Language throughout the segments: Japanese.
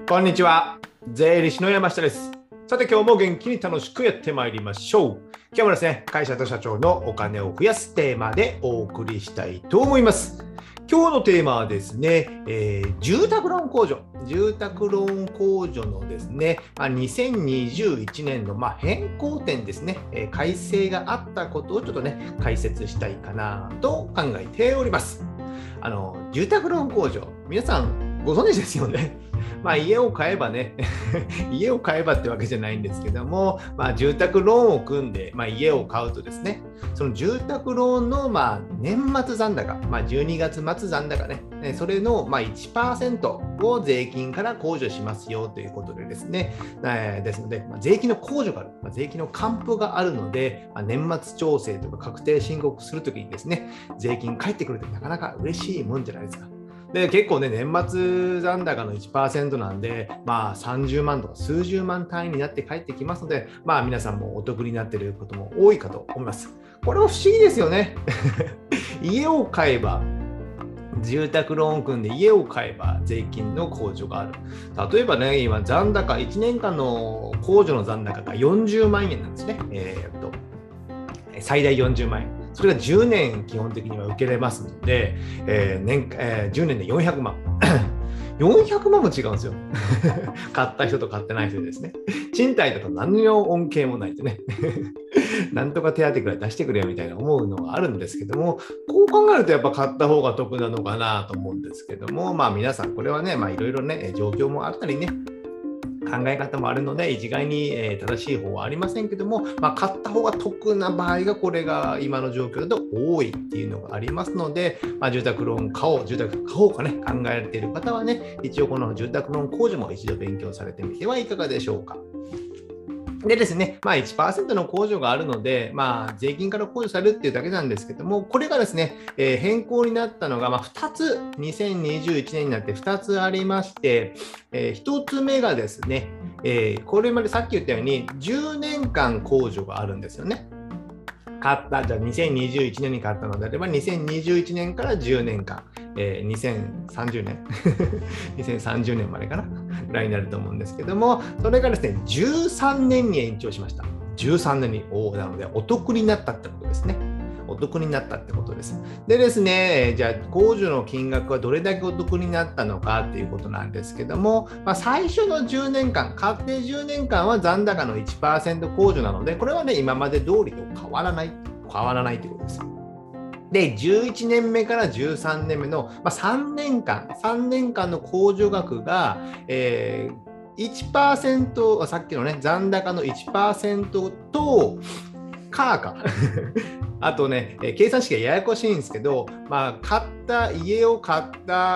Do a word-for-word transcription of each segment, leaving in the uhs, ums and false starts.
こんにちは。税理士の山下です。さて今日も元気に楽しくやってまいりましょう。今日もですね、会社と社長のお金を増やすテーマでお送りしたいと思います。今日のテーマはですね、えー、住宅ローン控除。住宅ローン控除のですね、まあ、にせんにじゅういちねんのまあ変更点ですね、えー、改正があったことをちょっとね、解説したいかなと考えております。あの、住宅ローン控除、皆さんご存知ですよね。まあ、家を買えばね家を買えばってわけじゃないんですけども、まあ、住宅ローンを組んで、まあ、家を買うとですね、その住宅ローンのまあ年末残高、まあ、じゅうにがつ末残高ね、それのまあ いちパーセント を税金から控除しますよということでですね、えー、ですので、まあ、税金の控除がある、まあ、税金の還付があるので、まあ、年末調整とか確定申告するときにですね、税金返ってくるってなかなか嬉しいもんじゃないですか。で結構ね、年末残高の いちパーセント なんで、まあさんじゅうまんとか数十万単位になって帰ってきますので、まあ皆さんもお得になっていることも多いかと思います。これは不思議ですよね。家を買えば、住宅ローン組んで家を買えば税金の控除がある。例えばね、今残高、いちねんかんの控除の残高がよんじゅうまんえんなんですね。えー、っと最大よんじゅうまんえん。それがじゅうねん基本的には受けれますので、えー年えー、じゅうねんでよんひゃくまん。よんひゃくまんも違うんですよ。買った人と買ってない人ですね。賃貸だと何の恩恵もないってね。なんとか手当くらい出してくれよみたいな思うのがあるんですけども、こう考えるとやっぱ買った方が得なのかなと思うんですけども、まあ皆さんこれはね、まあいろいろね、状況もあったりね、考え方もあるので一概に正しい方はありませんけども、まあ、買った方が得な場合がこれが今の状況だと多いっていうのがありますので、まあ、住宅ローン買おう住宅買おうかね考えられている方はね、一応この住宅ローン控除も一度勉強されてみてはいかがでしょうか。でですね、まあ、いちパーセント の控除があるので、まあ、税金から控除されるっていうだけなんですけども、これがですね、えー、変更になったのが、まあ、ふたつ、にせんにじゅういちねんになってふたつありまして、えー、ひとつめがですね、えー、これまでさっき言ったようにじゅうねんかん控除があるんですよね。買った、じゃあにせんにじゅういちねんに買ったのであれば、にせんにじゅういちねんからじゅうねんかん、えー、にせんさんじゅうねん、にせんさんじゅうねんまでかな、ぐらいになると思うんですけども、それがですね、じゅうさんねんに延長しました。じゅうさんねんに、おなので、お得になったってことですね。お得になったってことです。でですね、じゃあ控除の金額はどれだけお得になったのかっていうことなんですけども、まあ、最初のじゅうねんかん、買ってじゅうねんかんは残高の いちパーセント 控除なので、これはね、今まで通りと変わらない、変わらないということです。で、じゅういちねんめからじゅうさんねんめの、まあ、さんねんかん、さんねんかんの控除額が、えー、いちパーセント、さっきのね、残高の いちパーセント と、カーか。あとね、えー、計算式がややこしいんですけど、まあ、買った家を買った、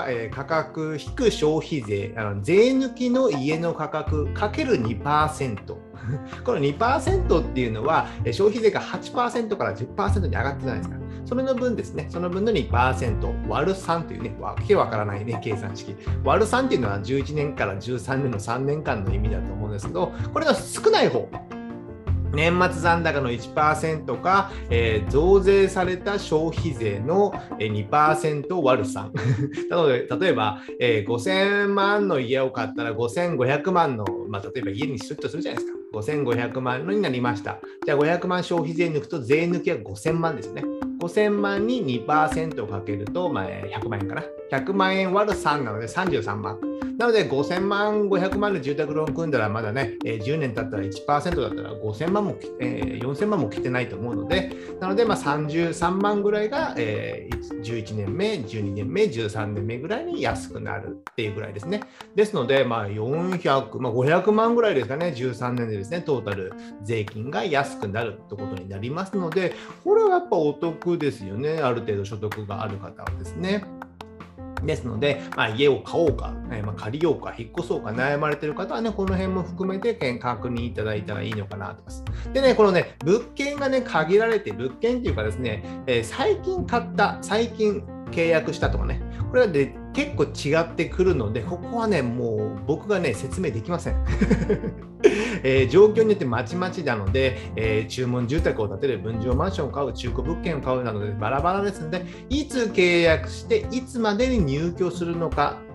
えー、価格引く消費税、あの税抜きの家の価格かける にパーセント。この にパーセント っていうのは、消費税が はちパーセント から じゅっパーセント に上がってじゃないですか。それの分ですね、その分の にパーセント 割るさんというね、わけわからないね、計算式。割るさんっていうのはじゅういちねんからじゅうさんねんのさんねんかんの意味だと思うんですけど、これが少ない方。年末残高の いちパーセント か、えー、増税された消費税の にパーセント 割るさん。なので、例えば、えー、ごせんまんの家を買ったらごせんごひゃくまんの、まあ、例えば家にするとするじゃないですか。ごせんごひゃくまんのになりました。じゃあごひゃくまん消費税抜くと税抜きはごせんまんですよね。ごせんまんに にパーセント かけると、まあ、ひゃくまんえんかな。ひゃくまんえん割るさんなのでさんじゅうさんまん。なのでごせんまん、ごひゃくまんの住宅ローン組んだらまだね、じゅうねん経ったら いちパーセント だったらごせんまんも、えー、よんせんまんも来てないと思うので、なのでまあさんじゅうさんまんぐらいが、えー、じゅういちねんめ、じゅうにねんめ、じゅうさんねんめぐらいに安くなるっていうぐらいですね。ですので、まあよんひゃく、まあ、ごひゃくまんぐらいですかね、じゅうさんねんでですね、トータル税金が安くなるってことになりますので、これはやっぱお得ですよね、ある程度所得がある方はですね。ですので、まあ、家を買おうか、えーまあ、借りようか、引っ越そうか悩まれている方はね、この辺も含めて確認いただいたらいいのかなと思います。でね、このね、物件がね、限られて、物件っていうかですね、えー、最近買った、最近契約したとかね、これはで結構違ってくるので、ここはね、もう僕がね、説明できません。えー、状況によってまちまちなので、えー、注文住宅を建てる、分譲マンションを買う、中古物件を買うなどでバラバラですので、いつ契約していつまでに入居するのか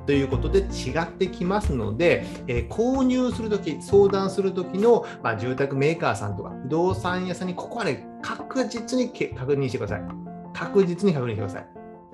ということで違ってきますので、えー、購入するとき、相談するときの、まあ、住宅メーカーさんとか不動産屋さんにここはね、確実に確認してください。確実に確認してください。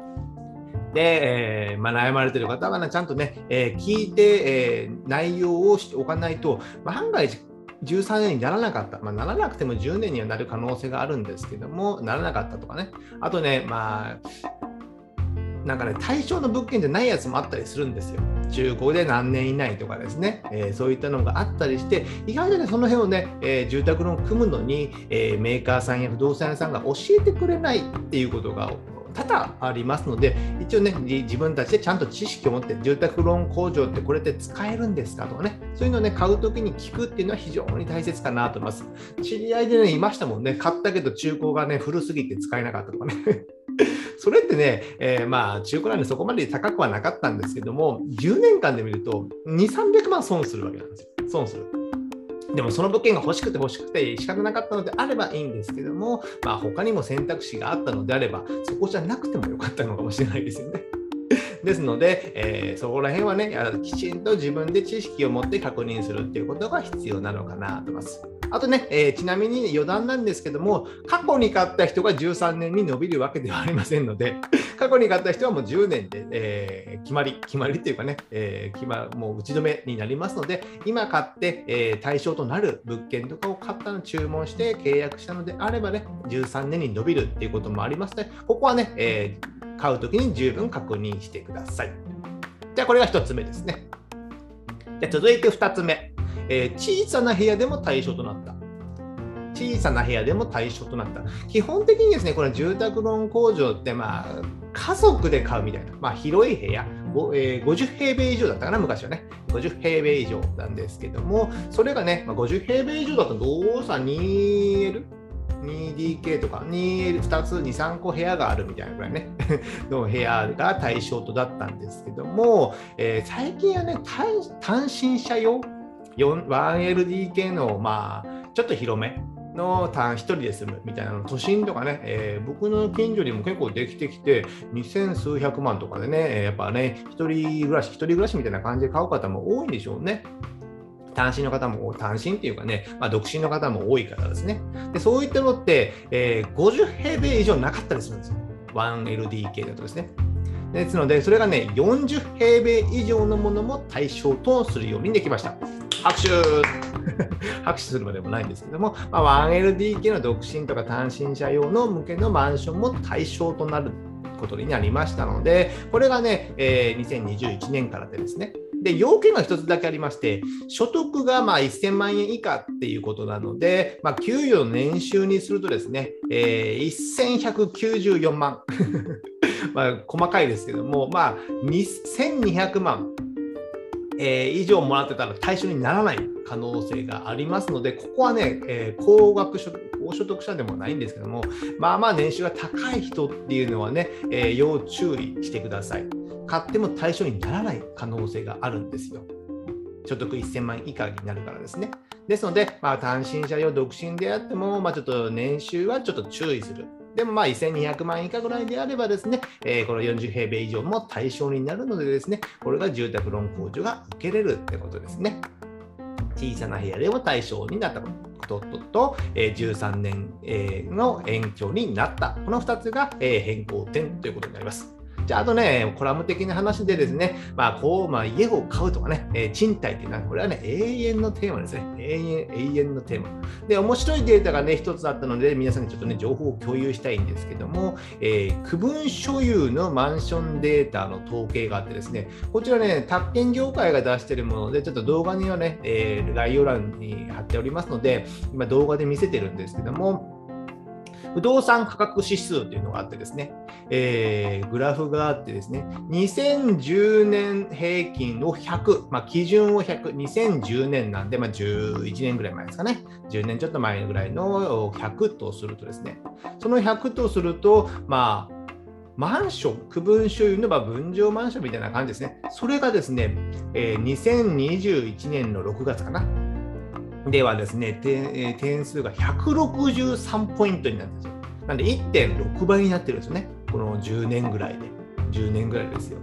で、えーまあ、悩まれている方は、ね、ちゃんとね、えー、聞いて、えー、内容をしておかないと、万が一じゅうさんねんにならなかった、まあ、ならなくてもじゅうねんにはなる可能性があるんですけども、ならなかったとかね、あとね、まあ、なんかね、対象の物件じゃないやつもあったりするんですよ。中古で何年以内とかですね、えー、そういったのがあったりして、意外とね、その辺をね、えー、住宅ローン組むのに、えー、メーカーさんや不動産屋さんが教えてくれないっていうことが多々ありますので、一応ね、自分たちでちゃんと知識を持って、住宅ローン控除ってこれって使えるんですかとかね、そういうのをね、買うときに聞くっていうのは非常に大切かなと思います。知り合いでね、いましたもんね、買ったけど中古がね、古すぎて使えなかったとかね。それってね、えー、まあ中古なんでそこまで高くはなかったんですけども、じゅうねんかんで見るとにせんさんびゃくまん損するわけなんですよ。損する。でもその物件が欲しくて欲しくて仕方なかったのであればいいんですけども、まあ、他にも選択肢があったのであれば、そこじゃなくてもよかったのかもしれないですよね。ですので、えー、そこら辺はね、きちんと自分で知識を持って確認するっていうことが必要なのかなと思います。あとね、えー、ちなみに余談なんですけども、過去に買った人がじゅうさんねんに伸びるわけではありませんので、過去に買った人はもうじゅうねんで、えー、決まり、決まりっていうかね、えー、決まもう打ち止めになりますので、今買って、えー、対象となる物件とかを買ったの注文して契約したのであればね、じゅうさんねんに伸びるっていうこともありますので、ここはね、えー、買うときに十分確認してください。じゃあこれがひとつめですね。じゃあ続いてふたつめ。えー、小さな部屋でも対象となった。小さな部屋でも対象となった。基本的にですね、この住宅ローン控除って、まあ、家族で買うみたいな、まあ、広い部屋、えー、ごじゅうへいべい以上だったかな、昔はね。ごじゅうへいべい以上なんですけども、それがね、まあ、ごじゅうへいべい以上だとどうさ にエル?にディーケー とか にエルふたつ、に、さんこ部屋があるみたいなぐらいねの部屋が対象とだったんですけども、えー、最近はね、単身者用 ワンエルディーケー の、まあ、ちょっと広めの単一人で住むみたいなの、都心とかね、えー、僕の近所にも結構できてきて、にせんすうひゃくまんとかでね、やっぱね、一人暮らし、一人暮らしみたいな感じで買う方も多いんでしょうね。単身の方も、単身っていうかね、まあ、独身の方も多い方ですね。で、そういったのって、えー、ごじゅうへいべい以上なかったりするんですよ。ワンエルディーケー だとですね。ですので、それがね、よんじゅうへいべい以上のものも対象とするようにできました。拍手拍手するまでもないんですけども、まあ、ワンエルディーケー の独身とか単身者用の向けのマンションも対象となることになりましたので、これがね、えー、にせんにじゅういちねんからでですね、で、要件が一つだけありまして、所得がまあせんまんえん以下っていうことなので、まあ、給与の年収にするとですね、えー、せんひゃくきゅうじゅうよんまん。まあ、細かいですけども、まあ、せんにひゃくまん、えー、以上もらってたら対象にならない可能性がありますので、ここはね、えー、高額所得、高所得者でもないんですけども、まあまあ年収が高い人っていうのはね、えー、要注意してください。買っても対象にならない可能性があるんですよ。所得せんまん以下になるからですね。ですので、まあ、単身者用独身であっても、まあ、ちょっと年収はちょっと注意する。でもまあせんにひゃくまん以下ぐらいであればですね、えー、このよんじゅうへいべい以上も対象になるのでですね、これが住宅ローン控除が受けれるってことですね。小さな部屋でも対象になったことと、とえー、じゅうさんねん、えー、の延長になった。このふたつが、えー、変更点ということになります。じゃあ、あとね、コラム的な話でですね、まあ、こう、まあ、家を買うとかね、えー、賃貸っていうのは、これはね、永遠のテーマですね。永遠、永遠のテーマ。で、面白いデータがね、一つあったので、皆さんにちょっとね、情報を共有したいんですけども、えー、区分所有のマンションデータの統計があってですね、こちらね、宅建業界が出しているもので、ちょっと動画にはね、えー、概要欄に貼っておりますので、今動画で見せてるんですけども、不動産価格指数というのがあってですね、えー、グラフがあってですね、にせんじゅうねん平均をひゃく、まあ、基準をひゃく、にせんじゅうねんなんで、まあ、じゅういちねんぐらい前ですかね、じゅうねんちょっと前ぐらいのひゃくとするとですね、そのひゃくとすると、まあ、マンション、区分所有の分譲マンションみたいな感じですね。それがですね、えー、にせんにじゅういちねんのろくがつかな。ではですね、点数がひゃくろくじゅうさんポイントになってるんですよ。なんで いってんろくばいになってるんですよね。このじゅうねんぐらいで。じゅうねんぐらいですよ。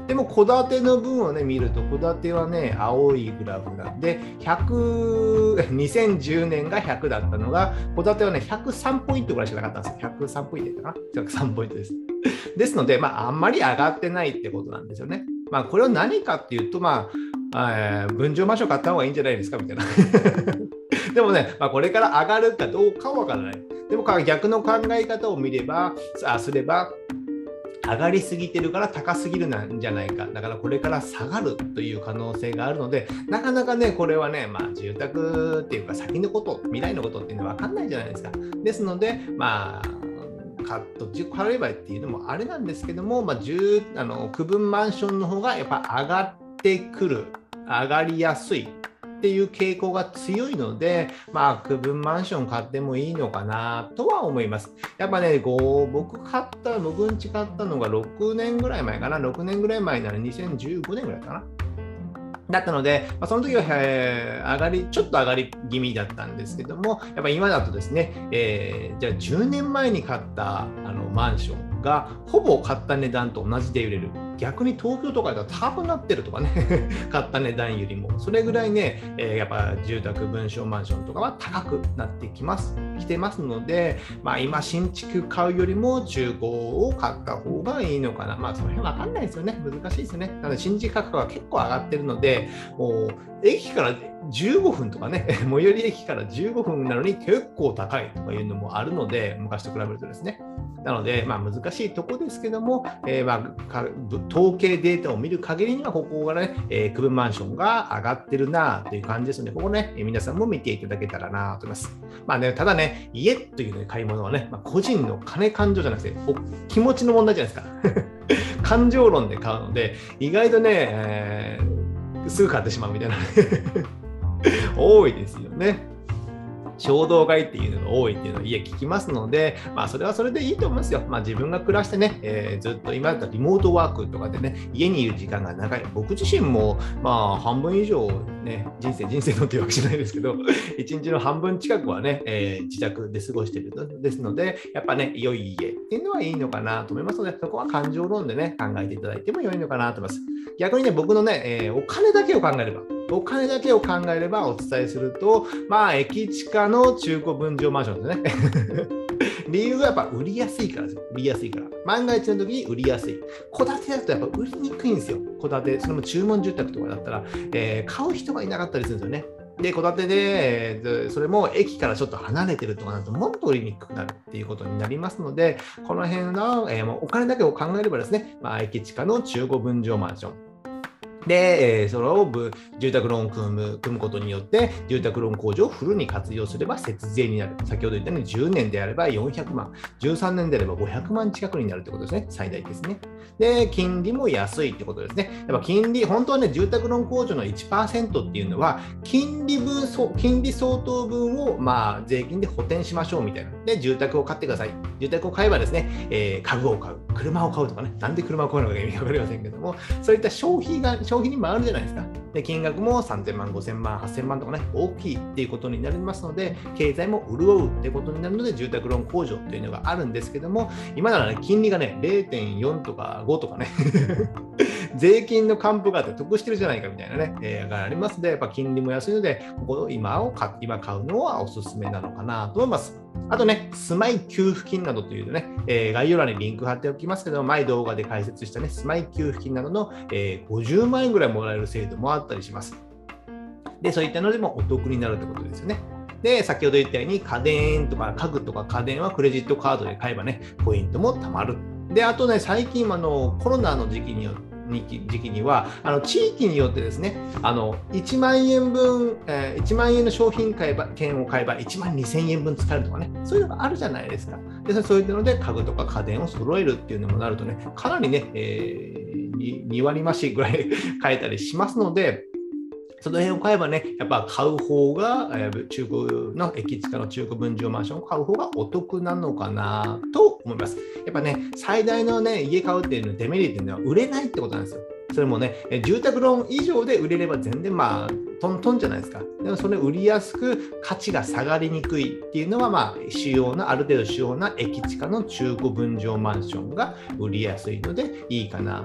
でも戸建ての分をね見ると、戸建てはね青いグラフなんでひゃくにせんじゅうねんがひゃくだったのが、戸建てはねひゃくさんポイントぐらいしかなかったんですよ。ひゃくさんポイントだったかな、ひゃくさんポイントです。ですので、まあ、あんまり上がってないってことなんですよね。まあ、これは何かっていうと、まあ、えー、分譲マンション買った方がいいんじゃないですかみたいな。でもね、まあ、これから上がるかどうかはわからない。でも逆の考え方を見れば、あすれば、上がりすぎてるから高すぎるなんじゃないか。だからこれから下がるという可能性があるので、なかなかね、これはね、まあ住宅っていうか先のこと、未来のことっていうのは分かんないじゃないですか。ですので、まあ、どっちを買えばいいっていうのもあれなんですけども、まあ、あの区分マンションの方がやっぱ上がってくる、上がりやすいっていう傾向が強いので、まあ、区分マンション買ってもいいのかなとは思います。やっぱね、僕買った、僕んち買ったのがろくねんぐらい前かな、ろくねんぐらい前ならにせんじゅうごねんぐらいかな。だったので、まあ、その時は、えー、上がり、ちょっと上がり気味だったんですけども、やっぱ今だとですね、えー、じゃあじゅうねんまえに買ったあのマンションがほぼ買った値段と同じで売れる。逆に東京とかだと高くなってるとかね、買った値段よりも、それぐらいね、えー、やっぱ住宅分譲マンションとかは高くなってきます、来てますので、まあ今新築買うよりも中古を買った方がいいのかな。まあその辺わかんないですよね。難しいですよね。なので新築価格は結構上がってるので、もう駅からじゅうごふんとかね、最寄り駅からじゅうごふんなのに結構高いとかいうのもあるので、昔と比べるとですね。なので、まあ、難しいところですけども、えーまあ、統計データを見る限りには、ここがね、えー、区分マンションが上がってるなという感じですので、ここね、えー、皆さんも見ていただけたらなと思います。まあね、ただね、家という、ね、買い物はね、まあ、個人の金感情じゃなくて、気持ちの問題じゃないですか。感情論で買うので、意外とね、えー、すぐ買ってしまうみたいな多いですよね。衝動買いっていうのが多いっていうのを家聞きますので、まあそれはそれでいいと思いますよ。まあ自分が暮らしてね、えー、ずっと今だったらリモートワークとかでね、家にいる時間が長い。僕自身もまあ半分以上ね、人生、人生のっていうわけじゃないですけど、一日の半分近くはね、えー、自宅で過ごしているですので、やっぱね、良い家っていうのはいいのかなと思いますので、そこは感情論でね、考えていただいても良いのかなと思います。逆にね、僕のね、えー、お金だけを考えれば、お金だけを考えればお伝えすると、まあ、駅地下の中古分譲マンションですね。理由はやっぱ売りやすいからですよ。売りやすいから。万が一の時に売りやすい。戸建てだとやっぱ売りにくいんですよ。戸建て、それも注文住宅とかだったら、えー、買う人がいなかったりするんですよね。で、戸建てで、えー、それも駅からちょっと離れてるとかなると、もっと売りにくくなるっていうことになりますので、この辺の、えー、もうお金だけを考えればですね、まあ、駅地下の中古分譲マンション。で、それを住宅ローンを組む、組むことによって、住宅ローン控除をフルに活用すれば節税になる。先ほど言ったようにじゅうねんであればよんひゃくまん、じゅうさんねんであればごひゃくまん近くになるということですね。最大ですね。で、金利も安いってことですね。やっぱ金利、本当はね、住宅ローン控除の いちパーセント っていうのは、金利分、金利相当分を、まあ、税金で補填しましょうみたいな。で、住宅を買ってください。住宅を買えばですね、えー、家具を買う、車を買うとかね、なんで車を買うのか意味わかりませんけども、そういった消費が、消費に回るじゃないですか。で、金額もさんぜんまん、ごせんまん、はっせんまんとかね、大きいっていうことになりますので、経済も潤うってことになるので、住宅ローン控除っていうのがあるんですけども、今ならね、金利がね、れいてんよん とかごとかね、税金の還付があって得してるじゃないかみたいなね、えー、がありますので、やっぱ金利も安いので、ここを今を買今買うのはおすすめなのかなと思います。あとね、住まい給付金などというね、えー、概要欄にリンク貼っておきますけど、前動画で解説したね、住まい給付金などの、えー、ごじゅうまんえんぐらいもらえる制度もあったりします。で、そういったのでもお得になるってことですよね。で、先ほど言ったように家電とか家具とか家電はクレジットカードで買えばね、ポイントも貯まる。で、あとね、最近あのコロナの時期によって、時期にはあの地域によってですね、あのいちまんえんぶん、えー、いちまんえんの商品買えば券を買えばいちまんにせんえんぶん使えるとかね、そういうのがあるじゃないですか。で、そういうので家具とか家電を揃えるっていうのもなるとね、かなりね、えー、に割増しぐらい買えたりしますので、その辺を買えばね、やっぱ買う方が、えー、中古の駅近の中古分譲マンションを買う方がお得なのかなと思います。やっぱね、最大のね、家買うっていうのデメリットっていうのは売れないってことなんですよ。それもね、住宅ローン以上で売れれば全然まあ、トントンじゃないですか。でもそれ売りやすく価値が下がりにくいっていうのはまあ、主要な、ある程度主要な駅近の中古分譲マンションが売りやすいのでいいかなと考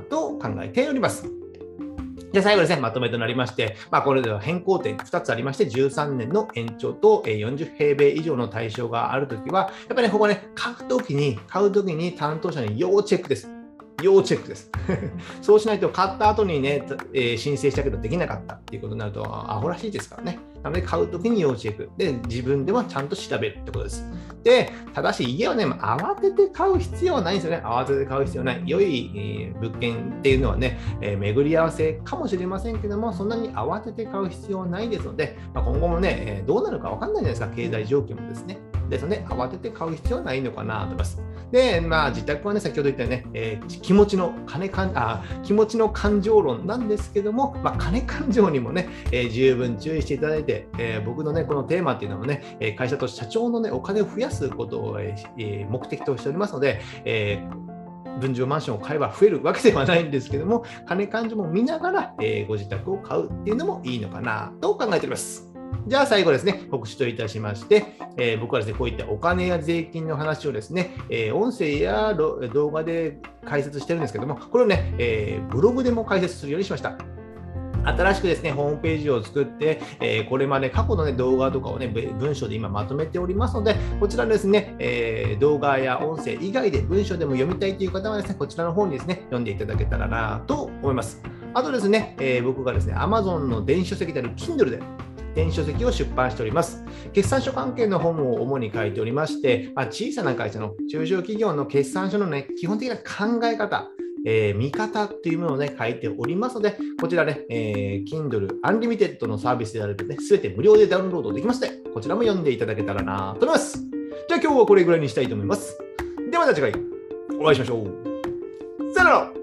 考えております。で、最後ですね、まとめとなりまして、まあ、これでは変更点ふたつありまして、じゅうさんねんの延長とよんじゅうへいべい以上の対象があるときは、やっぱりね、ここね、買うときに、買うときに担当者に要チェックです。要チェックです。そうしないと、買った後にね、えー、申請したけどできなかったっていうことになると、アホらしいですからね。なので、買うときに要チェック。で、自分ではちゃんと調べるってことです。で、ただし家はね、慌てて買う必要はないんですよね。慌てて買う必要はない。良い、えー、物件っていうのはね、えー、巡り合わせかもしれませんけども、そんなに慌てて買う必要はないですので、まあ、今後もね、えー、どうなるか分かんないじゃないですか、経済状況もですね。ですので、慌てて買う必要はないのかなと思います。で、まあ、自宅はね、先ほど言ったよね、えー、気持ちの金かんあ気持ちの感情論なんですけども、まあ、金感情にもね、えー、十分注意していただいて、えー、僕のね、このテーマっていうのもね、会社と社長のね、お金を増やすことを、えー、目的としておりますので、えー、分譲マンションを買えば増えるわけではないんですけども、金感情も見ながら、えー、ご自宅を買うっていうのもいいのかなと考えております。じゃあ最後ですね、告知といたしまして、えー、僕はですね、こういったお金や税金の話をですね、えー、音声や動画で解説してるんですけども、これをね、えー、ブログでも解説するようにしました。新しくですね、ホームページを作って、えー、これまで過去の、ね、動画とかをね、文章で今まとめておりますので、こちらですね、えー、動画や音声以外で文章でも読みたいという方はですね、こちらの方にですね、読んでいただけたらなと思います。あとですね、えー、僕がですね、Amazon の電子書籍である Kindle で、電子書籍を出版しております。決算書関係の本を主に書いておりまして、まあ、小さな会社の中小企業の決算書の、ね、基本的な考え方、えー、見方というものを、ね、書いておりますので、こちらね、えー、Kindle Unlimited のサービスであるとね、すべて無料でダウンロードできますので、こちらも読んでいただけたらなと思います。じゃあ今日はこれぐらいにしたいと思います。ではまた次回お会いしましょう。さよなら。